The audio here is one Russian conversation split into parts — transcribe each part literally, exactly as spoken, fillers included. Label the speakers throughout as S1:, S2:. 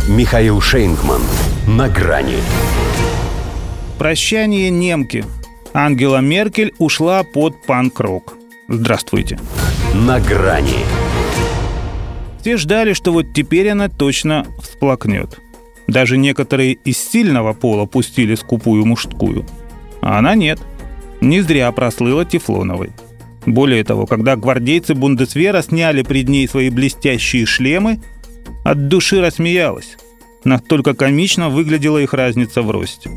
S1: Михаил Шейнгман. На грани.
S2: Прощание немки. Ангела Меркель ушла под панк-рок. Здравствуйте.
S1: На грани.
S2: Все ждали, что вот теперь она точно всплакнет. Даже некоторые из сильного пола пустили скупую мужскую. А она нет. Не зря прослыла Тефлоновой. Более того, когда гвардейцы Бундесвера сняли пред ней свои блестящие шлемы, от души рассмеялась. Настолько комично выглядела их разница в росте.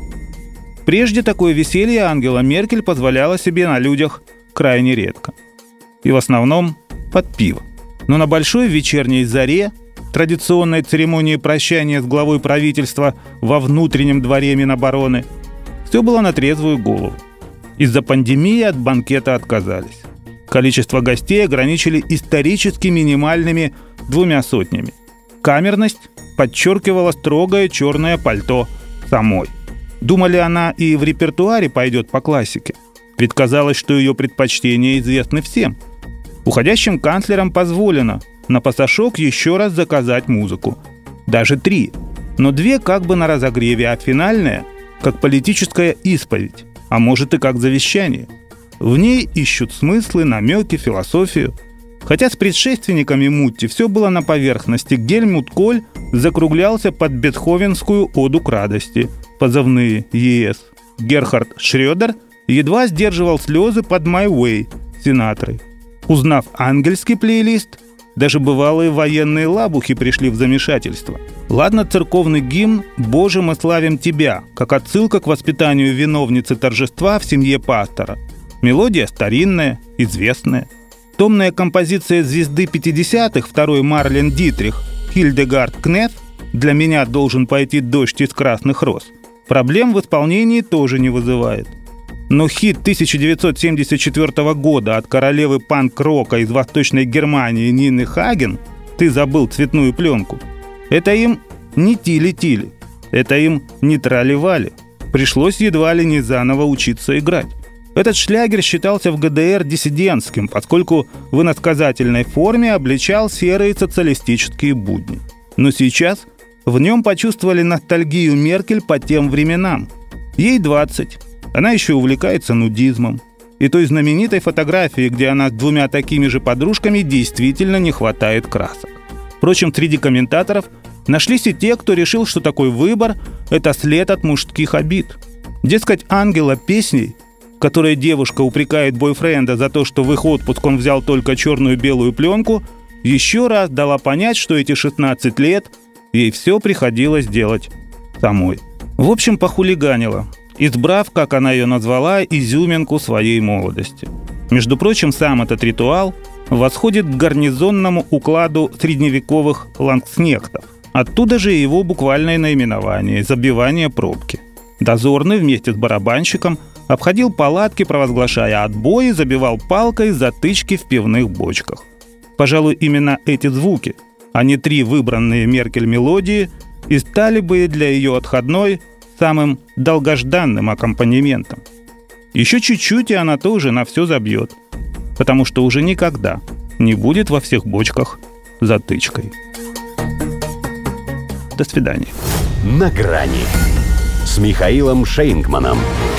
S2: Прежде такое веселье Ангела Меркель позволяла себе на людях крайне редко. И в основном под пиво. Но на большой вечерней заре, традиционной церемонии прощания с главой правительства во внутреннем дворе Минобороны, все было на трезвую голову. Из-за пандемии от банкета отказались. Количество гостей ограничили исторически минимальными двумя сотнями. Камерность подчеркивала строгое черное пальто самой. Думали, она и в репертуаре пойдет по классике. Ведь казалось, что ее предпочтения известны всем. Уходящим канцлерам позволено на пасашок еще раз заказать музыку. Даже три. Но две как бы на разогреве, а финальная как политическая исповедь, а может и как завещание. В ней ищут смыслы, намеки, философию. Хотя с предшественниками Мутти все было на поверхности. Гельмут Коль закруглялся под бетховенскую оду к радости, позывные ЕС. Герхард Шрёдер едва сдерживал слезы под «My Way» Синатрой. Узнав ангельский плейлист, даже бывалые военные лабухи пришли в замешательство. Ладно, церковный гимн «Боже, мы славим Тебя», как отсылка к воспитанию виновницы торжества в семье пастора. Мелодия старинная, известная. Томная композиция звезды пятидесятых, второй Марлен Дитрих, Хильдегард Кнеф «Для меня должен пойти дождь из красных роз» проблем в исполнении тоже не вызывает. Но хит тысяча девятьсот семьдесят четвёртого года от королевы панк-рока из Восточной Германии Нины Хаген «Ты забыл цветную пленку» — это им не тили-тили, это им не трали-вали. Пришлось едва ли не заново учиться играть. Этот шлягер считался в ГДР диссидентским, поскольку в иносказательной форме обличал серые социалистические будни. Но сейчас в нем почувствовали ностальгию Меркель по тем временам. Ей двадцать. Она еще увлекается нудизмом. И той знаменитой фотографии, где она с двумя такими же подружками, действительно не хватает красок. Впрочем, среди комментаторов нашлись и те, кто решил, что такой выбор – это след от мужских обид. Дескать, Ангела песней, в которой девушка упрекает бойфренда за то, что в их отпуск он взял только черную-белую пленку, еще раз дала понять, что эти шестнадцать лет ей все приходилось делать самой. В общем, похулиганила, избрав, как она ее назвала, изюминку своей молодости. Между прочим, сам этот ритуал восходит к гарнизонному укладу средневековых лангснехтов. Оттуда же и его буквальное наименование – забивание пробки. Дозорный вместе с барабанщиком обходил палатки, провозглашая отбой, и забивал палкой затычки в пивных бочках. Пожалуй, именно эти звуки, а не три выбранные Меркель мелодии, и стали бы для ее отходной самым долгожданным аккомпанементом. Еще чуть-чуть, и она тоже на все забьет, потому что уже никогда не будет во всех бочках затычкой. До свидания.
S1: На грани с Михаилом Шейнгманом.